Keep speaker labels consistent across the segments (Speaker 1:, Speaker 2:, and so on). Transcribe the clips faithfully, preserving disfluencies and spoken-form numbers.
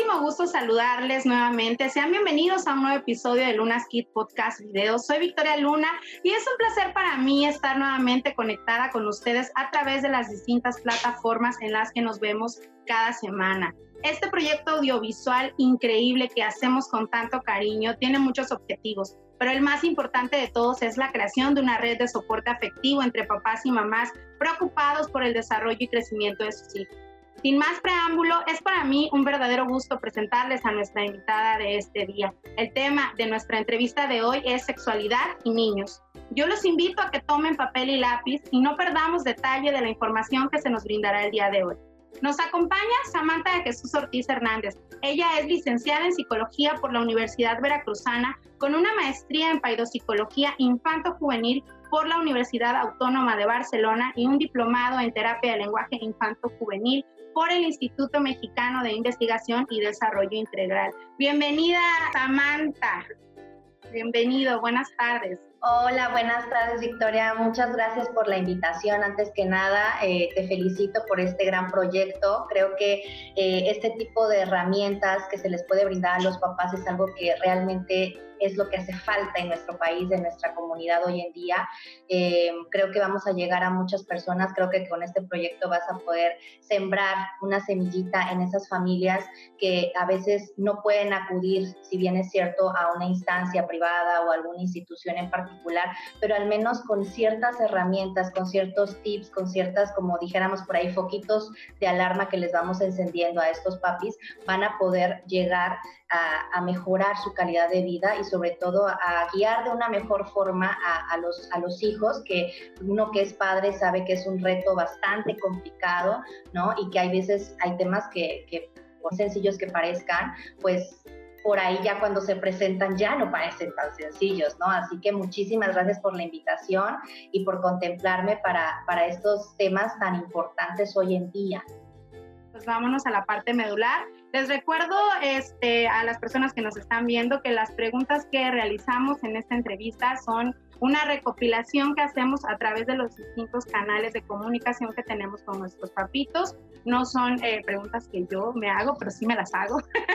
Speaker 1: muchísimo gusto saludarles nuevamente. Sean bienvenidos a un nuevo episodio de Luna's Kid Podcast Video. Soy Victoria Luna y es un placer para mí estar nuevamente conectada con ustedes a través de las distintas plataformas en las que nos vemos cada semana. Este proyecto audiovisual increíble que hacemos con tanto cariño tiene muchos objetivos, pero el más importante de todos es la creación de una red de soporte afectivo entre papás y mamás preocupados por el desarrollo y crecimiento de sus hijos. Sin más preámbulo, es para mí un verdadero gusto presentarles a nuestra invitada de este día. El tema de nuestra entrevista de hoy es sexualidad y niños. Yo los invito a que tomen papel y lápiz y no perdamos detalle de la información que se nos brindará el día de hoy. Nos acompaña Samantha de Jesús Ortiz Hernández. Ella es licenciada en Psicología por la Universidad Veracruzana con una maestría en Paidopsicología Infanto-Juvenil por la Universidad Autónoma de Barcelona y un diplomado en Terapia de Lenguaje Infanto-Juvenil por el Instituto Mexicano de Investigación y Desarrollo Integral. Bienvenida, Samantha. Bienvenido, buenas tardes.
Speaker 2: Hola, buenas tardes, Victoria. Muchas gracias por la invitación. Antes que nada, eh, te felicito por este gran proyecto. Creo que eh, este tipo de herramientas que se les puede brindar a los papás es algo que realmente es lo que hace falta en nuestro país, en nuestra comunidad hoy en día. Eh, creo que vamos a llegar a muchas personas. Creo que con este proyecto vas a poder sembrar una semillita en esas familias que a veces no pueden acudir, si bien es cierto, a una instancia privada o alguna institución en particular, pero al menos con ciertas herramientas, con ciertos tips, con ciertas, como dijéramos por ahí, foquitos de alarma que les vamos encendiendo a estos papis, van a poder llegar a, a mejorar su calidad de vida y sobre todo a, a guiar de una mejor forma a, a, los, a los hijos, que uno que es padre sabe que es un reto bastante complicado, ¿no? Y que hay veces, hay temas que, que por sencillos que parezcan, pues por ahí ya cuando se presentan ya no parecen tan sencillos, ¿no? Así que muchísimas gracias por la invitación y por contemplarme para, para estos temas tan importantes hoy en día.
Speaker 1: Pues vámonos a la parte medular. Les recuerdo este, a las personas que nos están viendo que las preguntas que realizamos en esta entrevista son una recopilación que hacemos a través de los distintos canales de comunicación que tenemos con nuestros papitos. No son eh, preguntas que yo me hago, pero sí me las hago.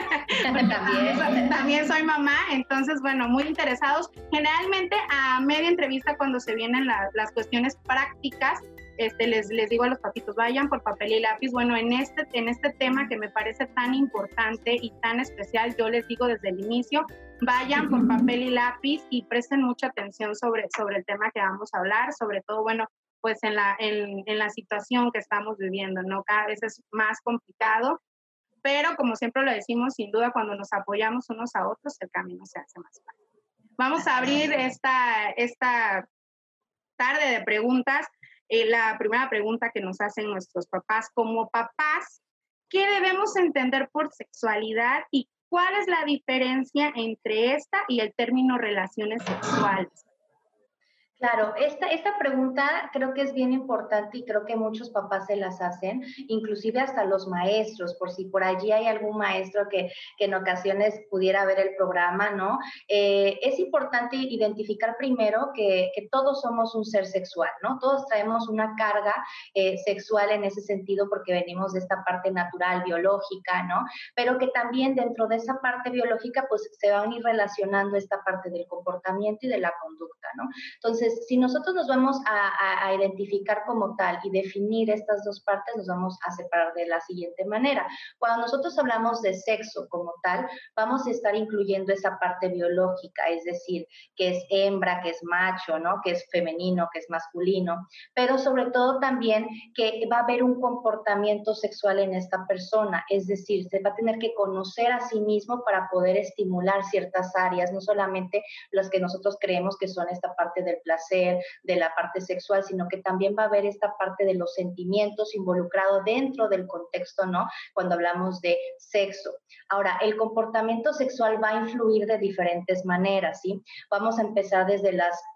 Speaker 1: también, también soy mamá, entonces, bueno, muy interesados. Generalmente a media entrevista, cuando se vienen la, las cuestiones prácticas, Este, les, les digo a los papitos, vayan por papel y lápiz. Bueno, en este, en este tema que me parece tan importante y tan especial, yo les digo desde el inicio, vayan por papel y lápiz y presten mucha atención sobre, sobre el tema que vamos a hablar, sobre todo, bueno, pues en la, en, en la situación que estamos viviendo, ¿no? Cada vez es más complicado, pero como siempre lo decimos, sin duda, cuando nos apoyamos unos a otros, el camino se hace más fácil. Vamos a abrir esta, esta tarde de preguntas. Eh, la primera pregunta que nos hacen nuestros papás, como papás, ¿qué debemos entender por sexualidad y cuál es la diferencia entre esta y el término relaciones sexuales?
Speaker 2: Claro, esta, esta pregunta creo que es bien importante y creo que muchos papás se las hacen, inclusive hasta los maestros, por si por allí hay algún maestro que, que en ocasiones pudiera ver el programa, ¿no? Eh, es importante identificar primero que, que todos somos un ser sexual, ¿no? Todos traemos una carga eh, sexual en ese sentido porque venimos de esta parte natural, biológica, ¿no? Pero que también dentro de esa parte biológica pues se van a ir relacionando esta parte del comportamiento y de la conducta, ¿no? Entonces, si nosotros nos vamos a, a, a identificar como tal y definir estas dos partes, nos vamos a separar de la siguiente manera. Cuando nosotros hablamos de sexo como tal, vamos a estar incluyendo esa parte biológica, es decir, que es hembra, que es macho, ¿no? Que es femenino, que es masculino, pero sobre todo también que va a haber un comportamiento sexual en esta persona, es decir, se va a tener que conocer a sí mismo para poder estimular ciertas áreas, no solamente las que nosotros creemos que son esta parte del placer, de la parte sexual, sino que también va a haber esta parte de los sentimientos involucrados dentro del contexto, ¿no? Cuando hablamos de sexo. Ahora, el comportamiento sexual va a influir de diferentes maneras, ¿sí? Vamos a empezar desde las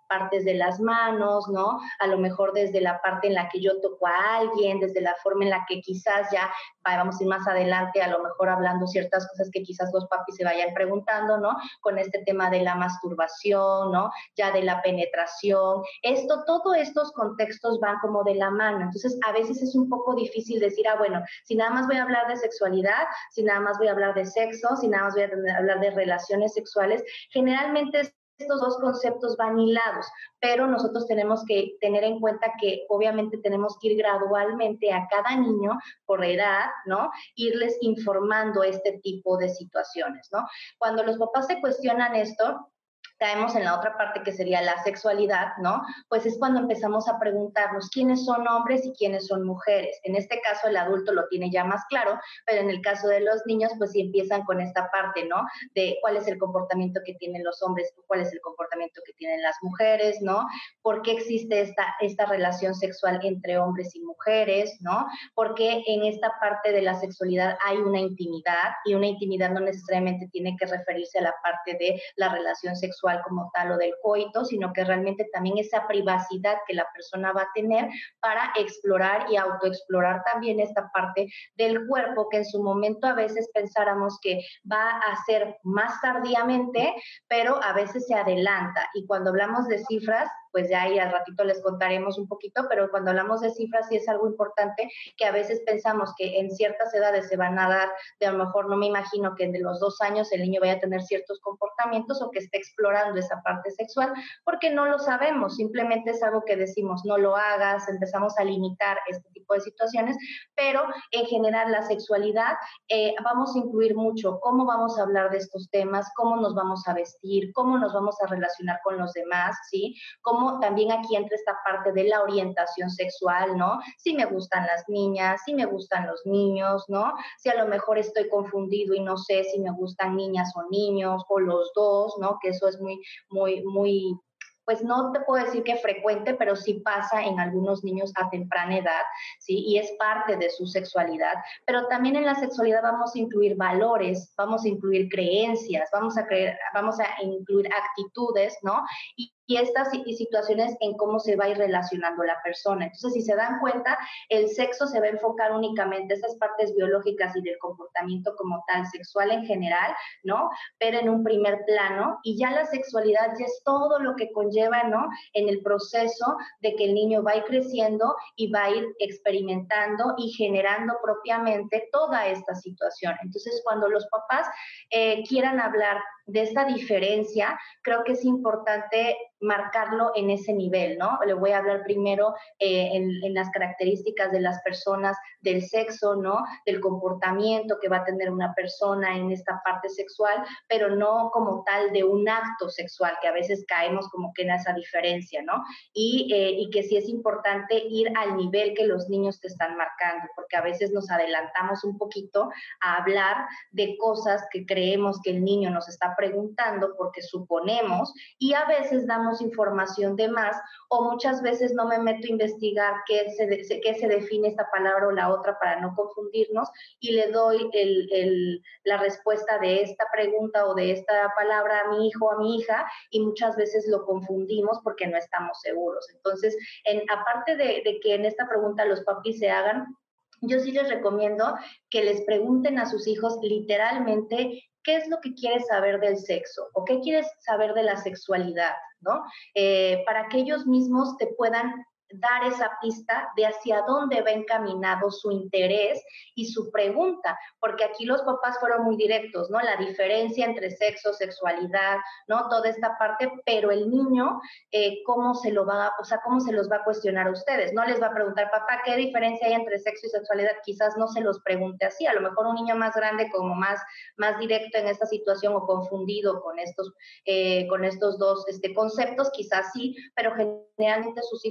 Speaker 2: partes de las manos, ¿no? A lo mejor desde la parte en la que yo toco a alguien, desde la forma en la que quizás ya vamos a ir más adelante, a lo mejor hablando ciertas cosas que quizás los papis se vayan preguntando, ¿no? Con este tema de la masturbación, ¿no? Ya de la penetración. Esto, todos estos contextos van como de la mano. Entonces, a veces es un poco difícil decir, ah, bueno, si nada más voy a hablar de sexualidad, si nada más voy a hablar de sexo, si nada más voy a hablar de relaciones sexuales, generalmente estos dos conceptos van hilados, pero nosotros tenemos que tener en cuenta que obviamente tenemos que ir gradualmente a cada niño por edad, ¿no? Irles informando este tipo de situaciones, ¿no? Cuando los papás se cuestionan esto, caemos en la otra parte que sería la sexualidad, ¿no? Pues es cuando empezamos a preguntarnos quiénes son hombres y quiénes son mujeres. En este caso el adulto lo tiene ya más claro, pero en el caso de los niños pues sí empiezan con esta parte, ¿no? De cuál es el comportamiento que tienen los hombres, cuál es el comportamiento que tienen las mujeres, ¿no? ¿Por qué existe esta, esta relación sexual entre hombres y mujeres, ¿no? Porque en esta parte de la sexualidad hay una intimidad y una intimidad no necesariamente tiene que referirse a la parte de la relación sexual como tal o del coito, sino que realmente también esa privacidad que la persona va a tener para explorar y autoexplorar también esta parte del cuerpo que en su momento a veces pensáramos que va a ser más tardíamente, pero a veces se adelanta. Y cuando hablamos de cifras, pues ya ahí al ratito les contaremos un poquito, pero cuando hablamos de cifras sí es algo importante que a veces pensamos que en ciertas edades se van a dar, de a lo mejor no me imagino que de los dos años el niño vaya a tener ciertos comportamientos o que esté explorando esa parte sexual, porque no lo sabemos, simplemente es algo que decimos, no lo hagas, empezamos a limitar este tipo de situaciones, pero en general la sexualidad eh, vamos a incluir mucho cómo vamos a hablar de estos temas, cómo nos vamos a vestir, cómo nos vamos a relacionar con los demás, ¿sí? Cómo también aquí entra esta parte de la orientación sexual, ¿no? Si me gustan las niñas, si me gustan los niños, ¿no? Si a lo mejor estoy confundido y no sé si me gustan niñas o niños o los dos, ¿no? Que eso es muy, muy, muy, pues no te puedo decir que frecuente, pero sí pasa en algunos niños a temprana edad, ¿sí? Y es parte de su sexualidad. Pero también en la sexualidad vamos a incluir valores, vamos a incluir creencias, vamos a, creer, vamos a incluir actitudes, ¿no? Y y estas situaciones en cómo se va a ir relacionando la persona. Entonces, si se dan cuenta, el sexo se va a enfocar únicamente en esas partes biológicas y del comportamiento como tal, sexual en general, ¿no? Pero en un primer plano, y ya la sexualidad ya es todo lo que conlleva, ¿no? En el proceso de que el niño va a ir creciendo y va a ir experimentando y generando propiamente toda esta situación. Entonces, cuando los papás eh, quieran hablar de esta diferencia, creo que es importante marcarlo en ese nivel, ¿no? Le voy a hablar primero eh, en, en las características de las personas, del sexo, ¿no? Del comportamiento que va a tener una persona en esta parte sexual, pero no como tal de un acto sexual, que a veces caemos como que en esa diferencia, ¿no? Y, eh, y que sí es importante ir al nivel que los niños te están marcando, porque a veces nos adelantamos un poquito a hablar de cosas que creemos que el niño nos está preguntando porque suponemos, y a veces damos información de más, o muchas veces no me meto a investigar qué se, qué se define esta palabra o la otra para no confundirnos, y le doy el, el, la respuesta de esta pregunta o de esta palabra a mi hijo o a mi hija, y muchas veces lo confundimos porque no estamos seguros. Entonces, en, aparte de, de que en esta pregunta los papis se hagan, yo sí les recomiendo que les pregunten a sus hijos literalmente qué es lo que quieres saber del sexo o qué quieres saber de la sexualidad, ¿no? Eh, para que ellos mismos te puedan dar esa pista de hacia dónde va encaminado su interés y su pregunta, porque aquí los papás fueron muy directos, ¿no? La diferencia entre sexo, sexualidad, ¿no? Toda esta parte, pero el niño, eh, ¿cómo se lo va a, o sea, cómo se los va a cuestionar a ustedes? No les va a preguntar, papá, ¿qué diferencia hay entre sexo y sexualidad? Quizás no se los pregunte así, a lo mejor un niño más grande, como más, más directo en esta situación o confundido con estos, eh, con estos dos este, conceptos, quizás sí, pero generalmente sus hijos les van a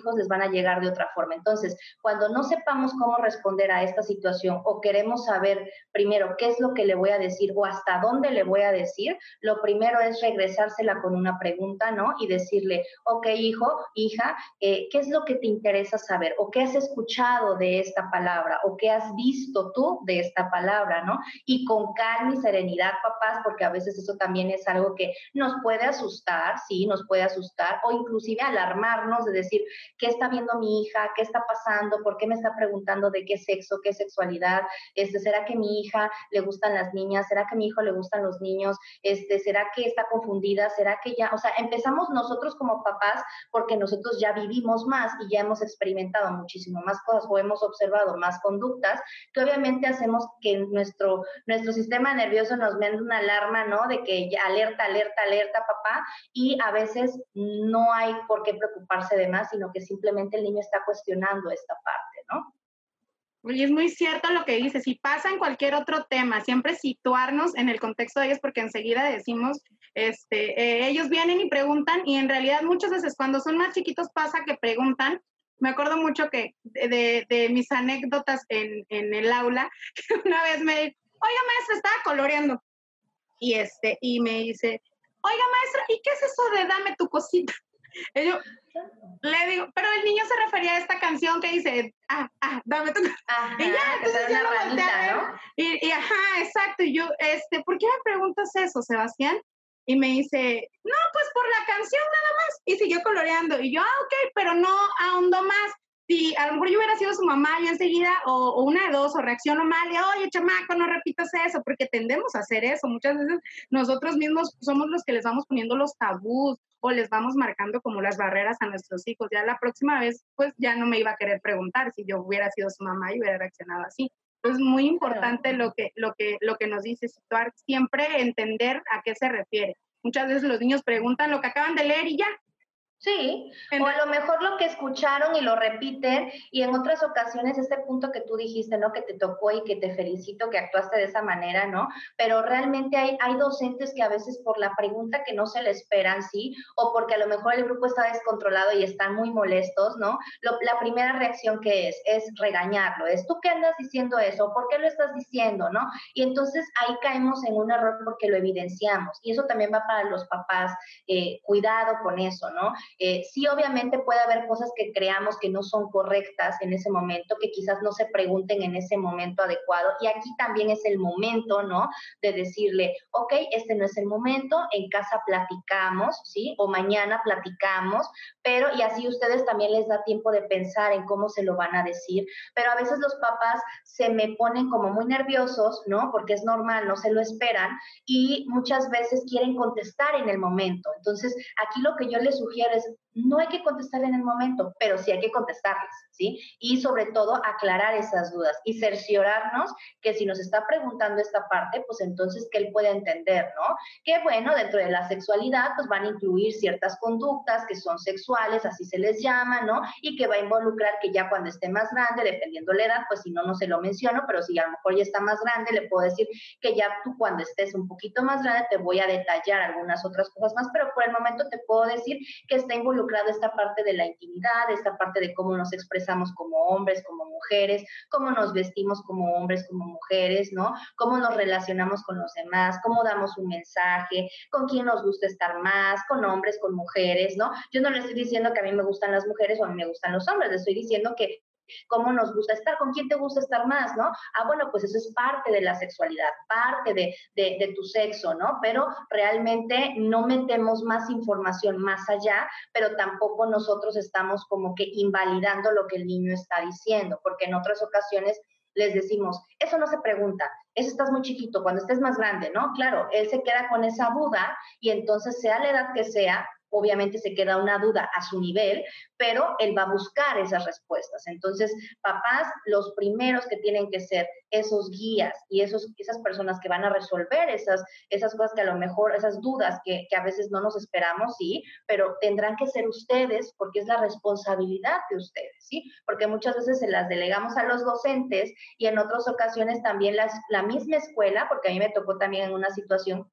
Speaker 2: a llegar de otra forma. Entonces, cuando no sepamos cómo responder a esta situación o queremos saber primero qué es lo que le voy a decir o hasta dónde le voy a decir, lo primero es regresársela con una pregunta, ¿no? Y decirle, ok, hijo, hija, eh, ¿qué es lo que te interesa saber? ¿O qué has escuchado de esta palabra? ¿O qué has visto tú de esta palabra, ¿no? Y con calma y serenidad, papás, porque a veces eso también es algo que nos puede asustar, sí, nos puede asustar, o inclusive alarmarnos de decir, ¿qué está viendo mi hija? ¿Qué está pasando? ¿Por qué me está preguntando de qué sexo, qué sexualidad? Este, ¿será que a mi hija le gustan las niñas? ¿Será que a mi hijo le gustan los niños? Este, ¿será que está confundida? ¿Será que ya? O sea, empezamos nosotros como papás porque nosotros ya vivimos más y ya hemos experimentado muchísimo más cosas o hemos observado más conductas que obviamente hacemos que nuestro, nuestro sistema nervioso nos mande una alarma, ¿no? De que ya alerta, alerta, alerta, papá, y a veces no hay por qué preocuparse de más, sino que simplemente el niño está cuestionando esta parte, ¿no?
Speaker 1: Y es muy cierto lo que dices, si pasa en cualquier otro tema, siempre situarnos en el contexto de ellos, porque enseguida decimos, este, eh, ellos vienen y preguntan, y en realidad muchas veces cuando son más chiquitos pasa que preguntan. Me acuerdo mucho que de, de, de mis anécdotas en, en el aula, que una vez me dijo, oiga maestra, estaba coloreando, y, este, y me dice, oiga maestra, ¿y qué es eso de dame tu cosita? Y yo, le digo, pero el niño se refería a esta canción que dice, ah, ah, dame tu...
Speaker 2: Ajá,
Speaker 1: Y ya, entonces
Speaker 2: una
Speaker 1: yo lo volteé a ver,
Speaker 2: ranita, ¿no?
Speaker 1: y, y ajá, exacto, y yo, este, ¿por qué me preguntas eso, Sebastián? Y me dice, no, pues por la canción nada más, y siguió coloreando, y yo, ah, ok, pero no ahondó más. Si a lo mejor yo hubiera sido su mamá, yo enseguida, o, o una de dos, o reacciono mal, y oye, chamaco, no repitas eso, porque tendemos a hacer eso. Muchas veces nosotros mismos somos los que les vamos poniendo los tabús, o les vamos marcando como las barreras a nuestros hijos. Ya la próxima vez, pues ya no me iba a querer preguntar si yo hubiera sido su mamá y hubiera reaccionado así. Entonces, muy importante lo que, lo que, lo que nos dice, situar, siempre entender a qué se refiere. Muchas veces los niños preguntan lo que acaban de leer y ya.
Speaker 2: Sí, o a lo mejor lo que escucharon y lo repiten, y en otras ocasiones este punto que tú dijiste, ¿no? Que te tocó y que te felicito que actuaste de esa manera, ¿no? Pero realmente hay, hay docentes que a veces por la pregunta que no se le esperan, ¿sí? O porque a lo mejor el grupo está descontrolado y están muy molestos, ¿no? Lo, la primera reacción que es, es regañarlo, es, ¿tú qué andas diciendo eso? ¿Por qué lo estás diciendo, no? Y entonces ahí caemos en un error porque lo evidenciamos, y eso también va para los papás, eh, cuidado con eso, ¿no? Eh, sí, obviamente puede haber cosas que creamos que no son correctas en ese momento, que quizás no se pregunten en ese momento adecuado. Y aquí también es el momento, ¿no? De decirle, ok, este no es el momento, en casa platicamos, ¿sí? O mañana platicamos, pero y así ustedes también les da tiempo de pensar en cómo se lo van a decir. Pero a veces los papás se me ponen como muy nerviosos, ¿no? Porque es normal, no se lo esperan y muchas veces quieren contestar en el momento. Entonces, aquí lo que yo les sugiero es no hay que contestar en el momento, pero sí hay que contestarles, ¿sí? Y sobre todo aclarar esas dudas y cerciorarnos que si nos está preguntando esta parte, pues entonces que él pueda entender, ¿no? Que bueno, dentro de la sexualidad, pues van a incluir ciertas conductas que son sexuales, así se les llama, ¿no? Y que va a involucrar que ya cuando esté más grande, dependiendo la edad, pues si no, no se lo menciono, pero si a lo mejor ya está más grande, le puedo decir que ya tú cuando estés un poquito más grande te voy a detallar algunas otras cosas más, pero por el momento te puedo decir que está involucrado esta parte de la intimidad, esta parte de cómo nos expresamos como hombres, como mujeres, cómo nos vestimos como hombres, como mujeres, ¿no? Cómo nos relacionamos con los demás, cómo damos un mensaje, con quién nos gusta estar más, con hombres, con mujeres, ¿no? Yo no le estoy diciendo que a mí me gustan las mujeres o a mí me gustan los hombres, le estoy diciendo que cómo nos gusta estar, con quién te gusta estar más, ¿no? Ah, bueno, pues eso es parte de la sexualidad, parte de, de, de tu sexo, ¿no? Pero realmente no metemos más información más allá, pero tampoco nosotros estamos como que invalidando lo que el niño está diciendo, porque en otras ocasiones les decimos, eso no se pregunta, eso estás muy chiquito, cuando estés más grande, ¿no? Claro, él se queda con esa duda y entonces sea la edad que sea, obviamente se queda una duda a su nivel, pero él va a buscar esas respuestas. Entonces, papás, los primeros que tienen que ser esos guías y esos, esas personas que van a resolver esas, esas cosas que a lo mejor, esas dudas que, que a veces no nos esperamos, sí, pero tendrán que ser ustedes porque es la responsabilidad de ustedes, ¿sí? Porque muchas veces se las delegamos a los docentes y en otras ocasiones también las, la misma escuela, porque a mí me tocó también en una situación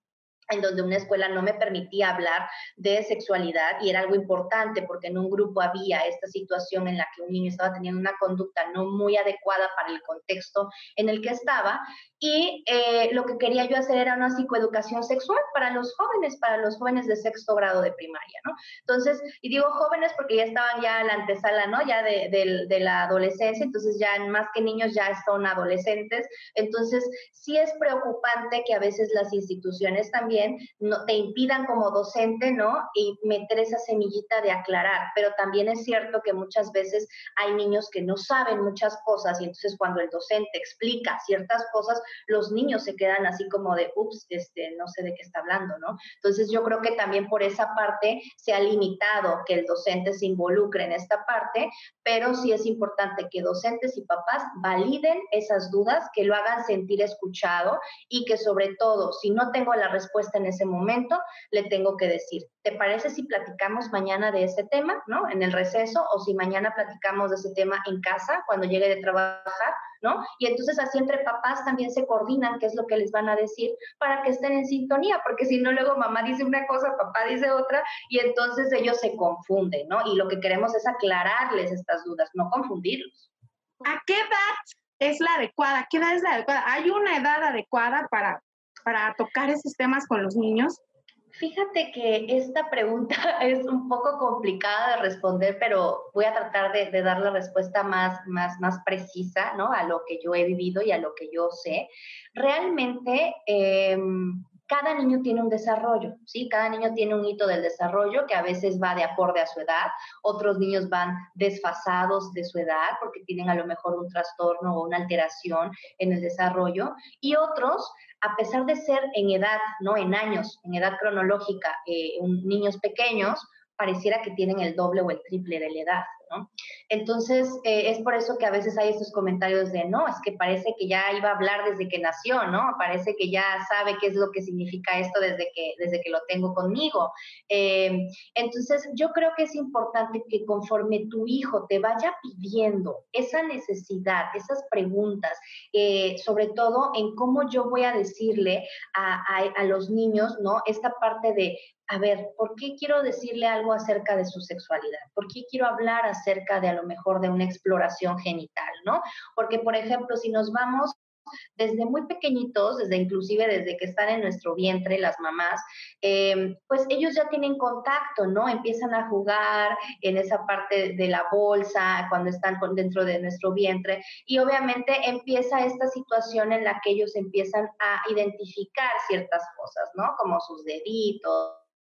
Speaker 2: en donde una escuela no me permitía hablar de sexualidad y era algo importante porque en un grupo había esta situación en la que un niño estaba teniendo una conducta no muy adecuada para el contexto en el que estaba y eh, lo que quería yo hacer era una psicoeducación sexual para los jóvenes, para los jóvenes de sexto grado de primaria, ¿no? Entonces, y digo jóvenes porque ya estaban ya en la antesala, ¿no? Ya de, de, de la adolescencia, entonces ya más que niños ya son adolescentes, entonces sí es preocupante que a veces las instituciones también no, te impidan como docente, ¿no? Y meter esa semillita de aclarar, pero también es cierto que muchas veces hay niños que no saben muchas cosas y entonces cuando el docente explica ciertas cosas, los niños se quedan así como de, ups, este, no sé de qué está hablando, ¿no? Entonces yo creo que también por esa parte se ha limitado que el docente se involucre en esta parte, pero sí es importante que docentes y papás validen esas dudas, que lo hagan sentir escuchado y que sobre todo, si no tengo la respuesta en ese momento, le tengo que decir, ¿te parece si platicamos mañana de ese tema, ¿no? En el receso, o si mañana platicamos de ese tema en casa, cuando llegue de trabajar, ¿no? Y entonces así entre papás también se coordinan qué es lo que les van a decir para que estén en sintonía, porque si no luego mamá dice una cosa, papá dice otra, y entonces ellos se confunden, ¿no? Y lo que queremos es aclararles estas dudas, no confundirlos.
Speaker 1: ¿A qué edad es la adecuada? ¿Qué edad es la adecuada? ¿Hay una edad adecuada para, para tocar esos temas con los niños?
Speaker 2: Fíjate que esta pregunta es un poco complicada de responder, pero voy a tratar de, de dar la respuesta más, más, más precisa, ¿no? A lo que yo he vivido y a lo que yo sé. Realmente, eh, cada niño tiene un desarrollo, ¿sí? Cada niño tiene un hito del desarrollo que a veces va de acorde a su edad, otros niños van desfasados de su edad porque tienen a lo mejor un trastorno o una alteración en el desarrollo, y otros, a pesar de ser en edad, ¿no? En años, en edad cronológica, eh, un, niños pequeños, pareciera que tienen el doble o el triple de la edad, ¿no? Entonces, eh, es por eso que a veces hay estos comentarios de, no, es que parece que ya iba a hablar desde que nació, ¿no? Parece que ya sabe qué es lo que significa esto desde que, desde que lo tengo conmigo. Eh, entonces, yo creo que es importante que conforme tu hijo te vaya pidiendo esa necesidad, esas preguntas, eh, sobre todo en cómo yo voy a decirle a, a, a los niños, ¿no? Esta parte de, a ver, ¿por qué quiero decirle algo acerca de su sexualidad? ¿Por qué quiero hablar acerca de a lo mejor de una exploración genital, ¿no? Porque, por ejemplo, si nos vamos desde muy pequeñitos, desde inclusive desde que están en nuestro vientre, las mamás, eh, pues ellos ya tienen contacto, ¿no? Empiezan a jugar en esa parte de la bolsa, cuando están dentro de nuestro vientre, y obviamente empieza esta situación en la que ellos empiezan a identificar ciertas cosas, ¿no? Como sus deditos.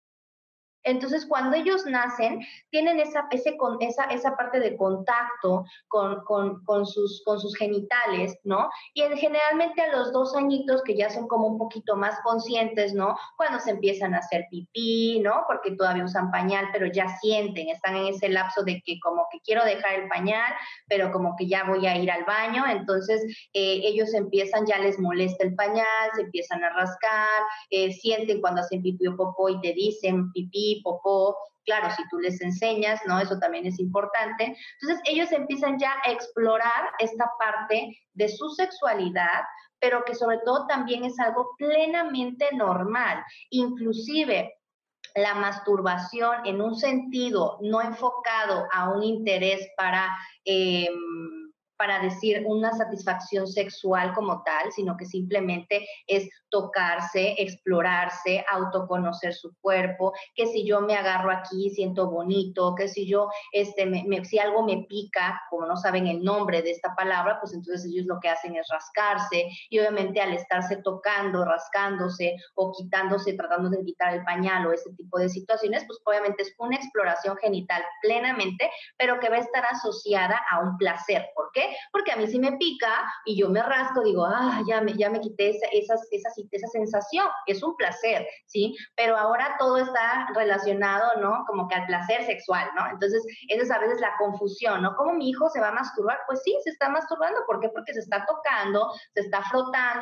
Speaker 2: Entonces, cuando ellos nacen, tienen esa, ese, esa, esa parte de contacto con, con, con, sus, con sus genitales, ¿no? Y en, generalmente a los dos añitos, que ya son como un poquito más conscientes, ¿no? Cuando se empiezan a hacer pipí, ¿no? Porque todavía usan pañal, pero ya sienten, están en ese lapso de que como que quiero dejar el pañal, pero como que ya voy a ir al baño, entonces eh, ellos empiezan, ya les molesta el pañal, se empiezan a rascar, eh, sienten cuando hacen pipí o popó y te dicen pipí, popó, claro, si tú les enseñas, ¿no? Eso también es importante. Entonces, ellos empiezan ya a explorar esta parte de su sexualidad, pero que sobre todo también es algo plenamente normal. Inclusive, la masturbación en un sentido no enfocado a un interés para... Eh, para decir una satisfacción sexual como tal, sino que simplemente es tocarse, explorarse, autoconocer su cuerpo, que si yo me agarro aquí siento bonito, que si yo, este, me, me, si algo me pica, como no saben el nombre de esta palabra, pues entonces ellos lo que hacen es rascarse, y obviamente al estarse tocando, rascándose o quitándose, tratando de quitar el pañal o ese tipo de situaciones, pues obviamente es una exploración genital plenamente, pero que va a estar asociada a un placer. ¿Por qué? Porque a mí si me pica y yo me rasco, digo, ah, ya me, ya me quité esa, esa, esa, esa sensación, es un placer, ¿sí? Pero ahora todo está relacionado, ¿no? Como que al placer sexual, ¿no? Entonces, esa es a veces la confusión, ¿no? ¿Cómo mi hijo se va a masturbar? Pues sí, se está masturbando, ¿por qué? Porque se está tocando, se está frotando,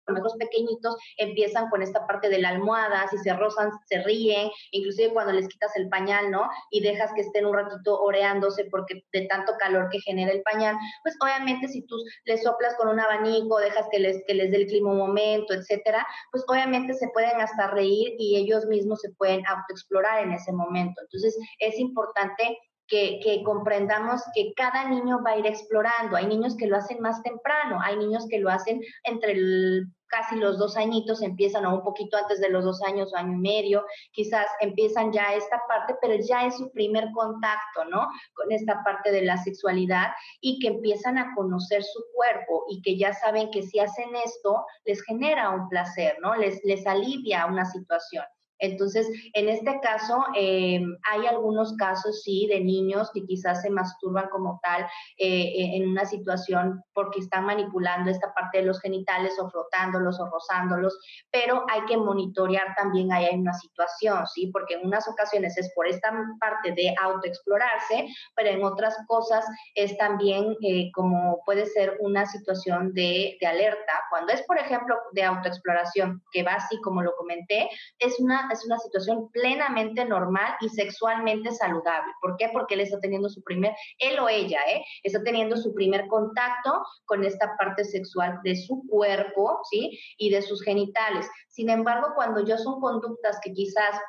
Speaker 2: los pequeñitos empiezan con esta parte de la almohada, si se rozan, se ríen, inclusive cuando les quitas el pañal, ¿no? Y dejas que estén un ratito oreándose porque de tanto calor que genera el pañal, pues obviamente si tú les soplas con un abanico, dejas que les, que les dé el clima un momento, etcétera, pues obviamente se pueden hasta reír y ellos mismos se pueden autoexplorar en ese momento. Entonces es importante Que, que, comprendamos que cada niño va a ir explorando. Hay niños que lo hacen más temprano, hay niños que lo hacen entre el, casi los dos añitos, empiezan o un poquito antes de los dos años o año y medio, quizás empiezan ya esta parte, pero ya es su primer contacto, ¿no? Con esta parte de la sexualidad y que empiezan a conocer su cuerpo y que ya saben que si hacen esto, les genera un placer, ¿no? Les, les alivia una situación. Entonces, en este caso, eh, hay algunos casos, sí, de niños que quizás se masturban como tal eh, en una situación porque están manipulando esta parte de los genitales o frotándolos o rozándolos, pero hay que monitorear también ahí en una situación, ¿sí? Porque en unas ocasiones es por esta parte de autoexplorarse, pero en otras cosas es también eh, como puede ser una situación de, de alerta. Cuando es, por ejemplo, de autoexploración, que va así como lo comenté, es una es una situación plenamente normal y sexualmente saludable. ¿Por qué? Porque él está teniendo su primer, él o ella, ¿eh? Está teniendo su primer contacto con esta parte sexual de su cuerpo, ¿sí? Y de sus genitales. Sin embargo, cuando ya son conductas que quizás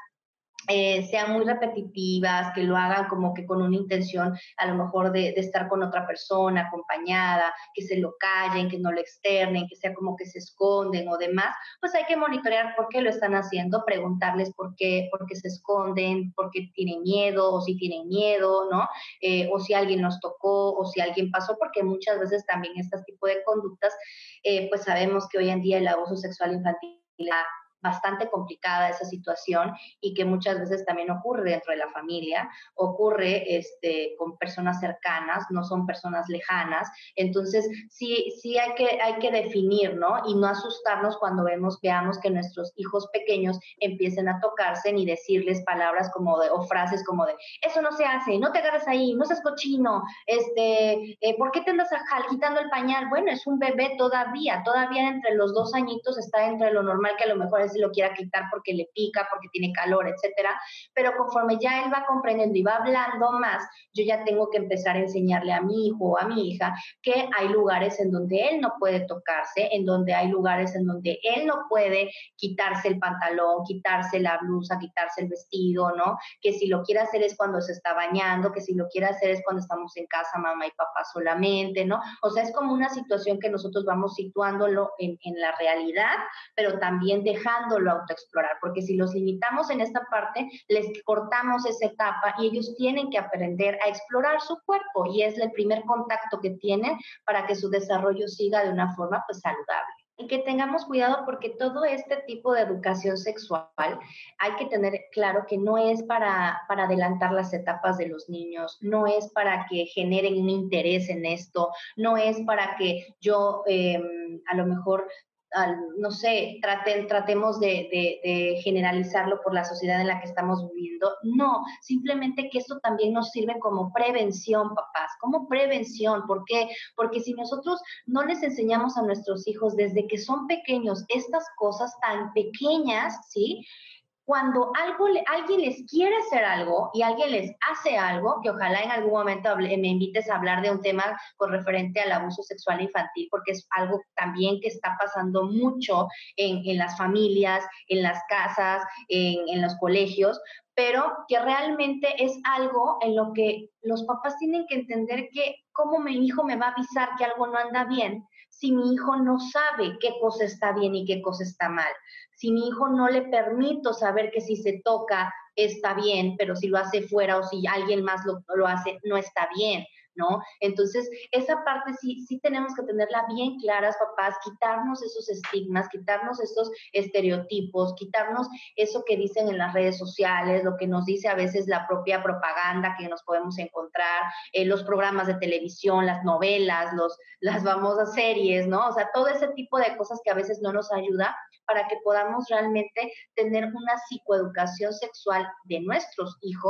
Speaker 2: Eh, sean muy repetitivas, que lo hagan como que con una intención a lo mejor de, de estar con otra persona acompañada, que se lo callen, que no lo externen, que sea como que se esconden o demás, pues hay que monitorear por qué lo están haciendo, preguntarles por qué, por qué se esconden, por qué tienen miedo o si tienen miedo, ¿no? Eh, o si alguien nos tocó o si alguien pasó, porque muchas veces también este tipo de conductas, eh, pues sabemos que hoy en día el abuso sexual infantil bastante complicada esa situación y que muchas veces también ocurre dentro de la familia, ocurre este, con personas cercanas, no son personas lejanas. Entonces, sí, sí hay que, hay que definir, ¿no? Y no asustarnos cuando vemos, veamos que nuestros hijos pequeños empiecen a tocarse ni decirles palabras como de, o frases como de, eso no se hace, no te agarres ahí, no seas cochino, este, eh, ¿por qué te andas quitando el pañal? Bueno, es un bebé todavía, todavía entre los dos añitos está entre lo normal que a lo mejor es si lo quiera quitar porque le pica, porque tiene calor, etcétera, pero conforme ya él va comprendiendo y va hablando más, yo ya tengo que empezar a enseñarle a mi hijo o a mi hija que hay lugares en donde él no puede tocarse, en donde hay lugares en donde él no puede quitarse el pantalón, quitarse la blusa, quitarse el vestido, ¿no? Que si lo quiere hacer es cuando se está bañando, que si lo quiere hacer es cuando estamos en casa, mamá y papá solamente, ¿no? O sea, es como una situación que nosotros vamos situándolo en, en la realidad, pero también dejando dejándolo autoexplorar, porque si los limitamos en esta parte, les cortamos esa etapa y ellos tienen que aprender a explorar su cuerpo y es el primer contacto que tienen para que su desarrollo siga de una forma pues saludable. Y que tengamos cuidado porque todo este tipo de educación sexual hay que tener claro que no es para, para adelantar las etapas de los niños, no es para que generen un interés en esto, no es para que yo eh, a lo mejor Al, no sé, traten, tratemos de, de, de generalizarlo por la sociedad en la que estamos viviendo. No, simplemente que esto también nos sirve como prevención, papás, como prevención. ¿Por qué? Porque si nosotros no les enseñamos a nuestros hijos desde que son pequeños estas cosas tan pequeñas, ¿sí? Cuando algo, alguien les quiere hacer algo y alguien les hace algo, que ojalá en algún momento hable, me invites a hablar de un tema con referente al abuso sexual infantil, porque es algo también que está pasando mucho en, en las familias, en las casas, en, en los colegios, pero que realmente es algo en lo que los papás tienen que entender que cómo mi hijo me va a avisar que algo no anda bien si mi hijo no sabe qué cosa está bien y qué cosa está mal. Si mi hijo no le permito saber que si se toca está bien, pero si lo hace fuera o si alguien más lo, lo hace, no está bien, ¿no? Entonces, esa parte sí, sí tenemos que tenerla bien claras, papás, quitarnos esos estigmas, quitarnos esos estereotipos, quitarnos eso que dicen en las redes sociales, lo que nos dice a veces la propia propaganda que nos podemos encontrar, eh, los programas de televisión, las novelas, los, las famosas series, ¿no? O sea, todo ese tipo de cosas que a veces no nos ayuda para que podamos realmente tener una psicoeducación sexual de nuestros hijos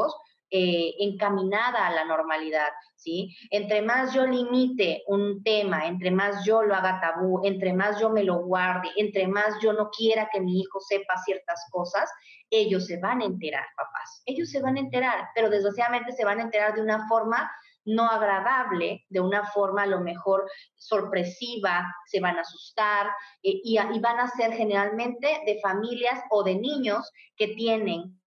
Speaker 2: eh, encaminada a la normalidad, ¿sí? Entre más yo limite un tema, entre más yo lo haga tabú, entre más yo me lo guarde, entre más yo no quiera que mi hijo sepa ciertas cosas, ellos se van a enterar, papás. Ellos se van a enterar, pero desgraciadamente se van a enterar de una forma no agradable, de una forma a lo mejor sorpresiva, se van a asustar eh, y, y van a ser generalmente de familias o de niños que tienen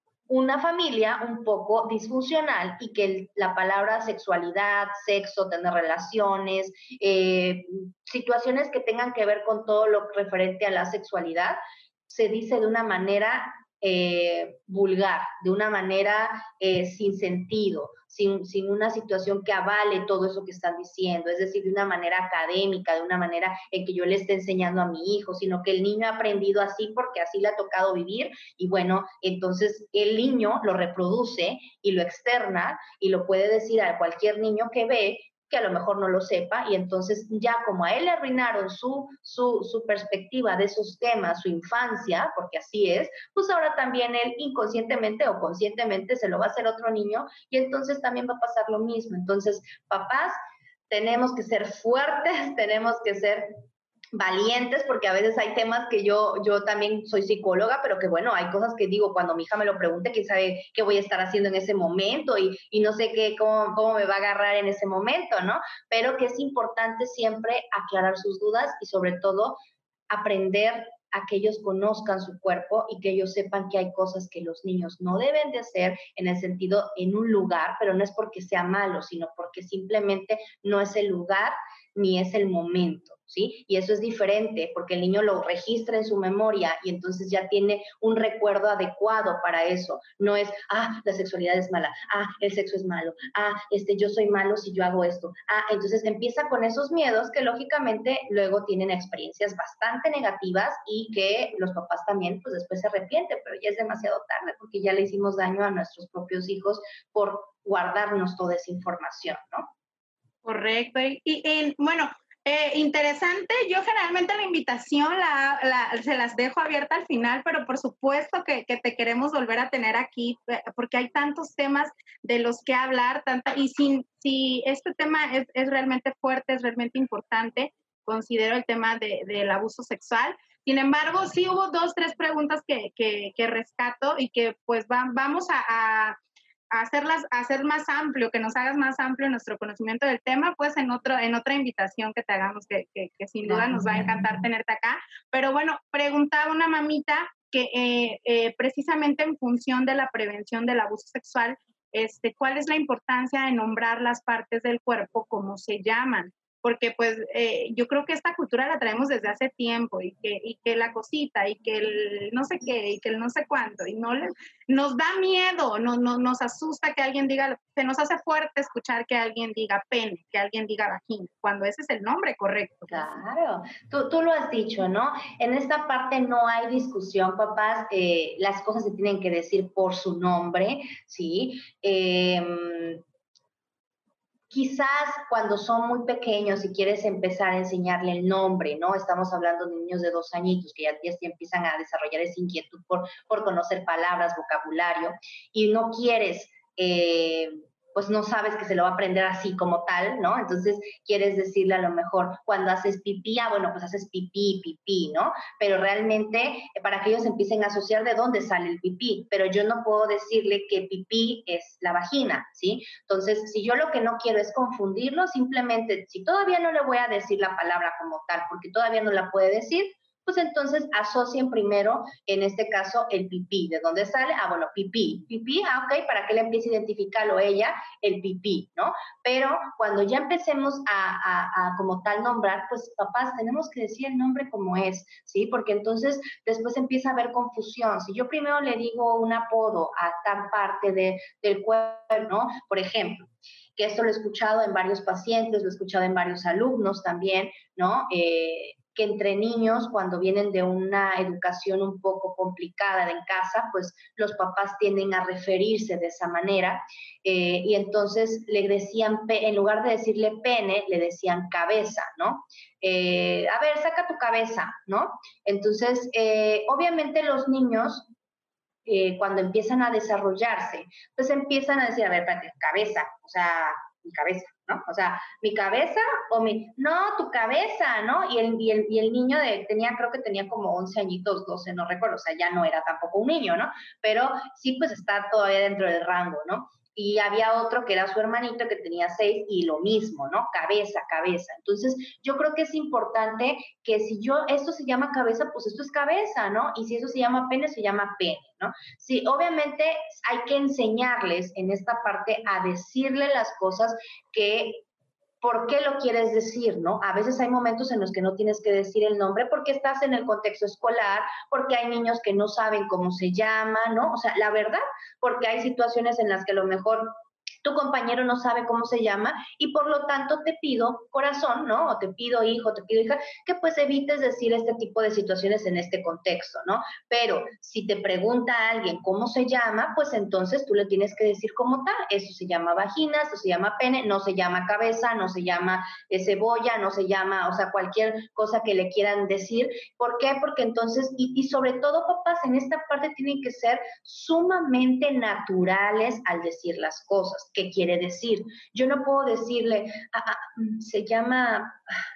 Speaker 2: una familia un poco disfuncional y que el, la palabra sexualidad, sexo, tener relaciones, eh, situaciones que tengan que ver con todo lo referente a la sexualidad, se dice de una manera eh, vulgar, de una manera eh, sin sentido, sin, sin una situación que avale todo eso que están diciendo, es decir, de una manera académica, de una manera en que yo le esté enseñando a mi hijo, sino que el niño ha aprendido así porque así le ha tocado vivir y bueno, entonces el niño lo reproduce y lo externa y lo puede decir a cualquier niño que ve que a lo mejor no lo sepa, y entonces ya como a él le arruinaron su, su, su perspectiva de esos temas, su infancia, porque así es, pues ahora también él inconscientemente o conscientemente se lo va a hacer otro niño, y entonces también va a pasar lo mismo. Entonces, papás, tenemos que ser fuertes, tenemos que ser valientes, porque a veces hay temas que yo, yo también soy psicóloga, pero que bueno, hay cosas que digo cuando mi hija me lo pregunte, quién sabe qué voy a estar haciendo en ese momento y, y no sé qué, cómo, cómo me va a agarrar en ese momento, ¿no? Pero que es importante siempre aclarar sus dudas y sobre todo aprender a que ellos conozcan su cuerpo y que ellos sepan que hay cosas que los niños no deben de hacer en el sentido en un lugar, pero no es porque sea malo, sino porque simplemente no es el lugar ni es el momento, ¿sí? Y eso es diferente porque el niño lo registra en su memoria y entonces ya tiene un recuerdo adecuado para eso. No es, ah, la sexualidad es mala, ah, el sexo es malo, ah, este, yo soy malo si yo hago esto, ah, entonces empieza con esos miedos que lógicamente luego tienen experiencias bastante negativas y que los papás también, pues después se arrepienten, pero ya es demasiado tarde porque ya le hicimos daño a nuestros propios hijos por guardarnos toda esa información, ¿no?
Speaker 1: Correcto. Y, y, y bueno, eh, interesante. Yo generalmente la invitación la, la, se las dejo abierta al final, pero por supuesto que, que te queremos volver a tener aquí porque hay tantos temas de los que hablar, tanta, y si, si este tema es, es realmente fuerte, es realmente importante, considero el tema de, del abuso sexual. Sin embargo, sí hubo dos, tres preguntas que, que, que rescato y que pues va, vamos a, a a hacerlas, a hacer más amplio, que nos hagas más amplio nuestro conocimiento del tema, pues en otro, en otra invitación que te hagamos, que, que, que sin duda nos va a encantar tenerte acá. Pero bueno, preguntaba una mamita que eh, eh, precisamente en función de la prevención del abuso sexual, este, ¿cuál es la importancia de nombrar las partes del cuerpo como se llaman? Porque pues eh, yo creo que esta cultura la traemos desde hace tiempo y que, y que la cosita y que el no sé qué y que el no sé cuánto y no les, nos da miedo, no, no, nos asusta que alguien diga, se nos hace fuerte escuchar que alguien diga pene, que alguien diga vagina, cuando ese es el nombre correcto.
Speaker 2: Claro, tú, tú lo has dicho, ¿no? En esta parte no hay discusión, papás, eh, las cosas se tienen que decir por su nombre, ¿sí? Eh, Quizás cuando son muy pequeños y quieres empezar a enseñarle el nombre, ¿no? Estamos hablando de niños de dos añitos que ya, ya empiezan a desarrollar esa inquietud por, por conocer palabras, vocabulario, y no quieres, eh, pues no sabes que se lo va a aprender así como tal, ¿no? Entonces quieres decirle a lo mejor cuando haces pipí, ah, bueno, pues haces pipí, pipí, ¿no? Pero realmente eh, para que ellos empiecen a asociar de dónde sale el pipí, pero yo no puedo decirle que pipí es la vagina, ¿sí? Entonces, si yo lo que no quiero es confundirlo, simplemente, si todavía no le voy a decir la palabra como tal, porque todavía no la puede decir, pues entonces asocien primero, en este caso, el pipí. ¿De dónde sale? Ah, bueno, pipí. Pipí, ah, ok, para que le empiece a identificarlo ella, el pipí, ¿no? Pero cuando ya empecemos a, a, a como tal nombrar, pues papás, tenemos que decir el nombre como es, ¿sí? Porque entonces después empieza a haber confusión. Si yo primero le digo un apodo a tal parte de, del cuerpo, ¿no? Por ejemplo, que esto lo he escuchado en varios pacientes, lo he escuchado en varios alumnos también, ¿no? Eh, que entre niños, cuando vienen de una educación un poco complicada en casa, pues los papás tienden a referirse de esa manera, eh, y entonces le decían, en lugar de decirle pene, le decían cabeza, ¿no? Eh, a ver, saca tu cabeza, ¿no? Entonces, eh, obviamente los niños eh, cuando empiezan a desarrollarse, pues empiezan a decir, a ver, espérate, cabeza, o sea, mi cabeza, ¿no? O sea, mi cabeza o mi, no, tu cabeza, ¿no? Y el, y el, y el niño de, tenía, creo que tenía como once añitos, doce, no recuerdo, o sea, ya no era tampoco un niño, ¿no? Pero sí, pues está todavía dentro del rango, ¿no? Y había otro que era su hermanito que tenía seis y lo mismo, ¿no? Cabeza, cabeza. Entonces, yo creo que es importante que si yo, esto se llama cabeza, pues esto es cabeza, ¿no? Y si eso se llama pene, se llama pene, ¿no? Sí, obviamente hay que enseñarles en esta parte a decirle las cosas que ¿por qué lo quieres decir, no? A veces hay momentos en los que no tienes que decir el nombre porque estás en el contexto escolar, porque hay niños que no saben cómo se llama, ¿no? O sea, la verdad, porque hay situaciones en las que a lo mejor tu compañero no sabe cómo se llama y por lo tanto te pido, corazón, ¿no? O te pido hijo, te pido hija, que pues evites decir este tipo de situaciones en este contexto, ¿no? Pero si te pregunta a alguien cómo se llama, pues entonces tú le tienes que decir como tal, eso se llama vagina, eso se llama pene, no se llama cabeza, no se llama eh, cebolla, no se llama, o sea, cualquier cosa que le quieran decir. ¿Por qué? Porque entonces, y, y sobre todo papás, en esta parte tienen que ser sumamente naturales al decir las cosas. ¿Qué quiere decir? Yo no puedo decirle, ah, ah, se llama,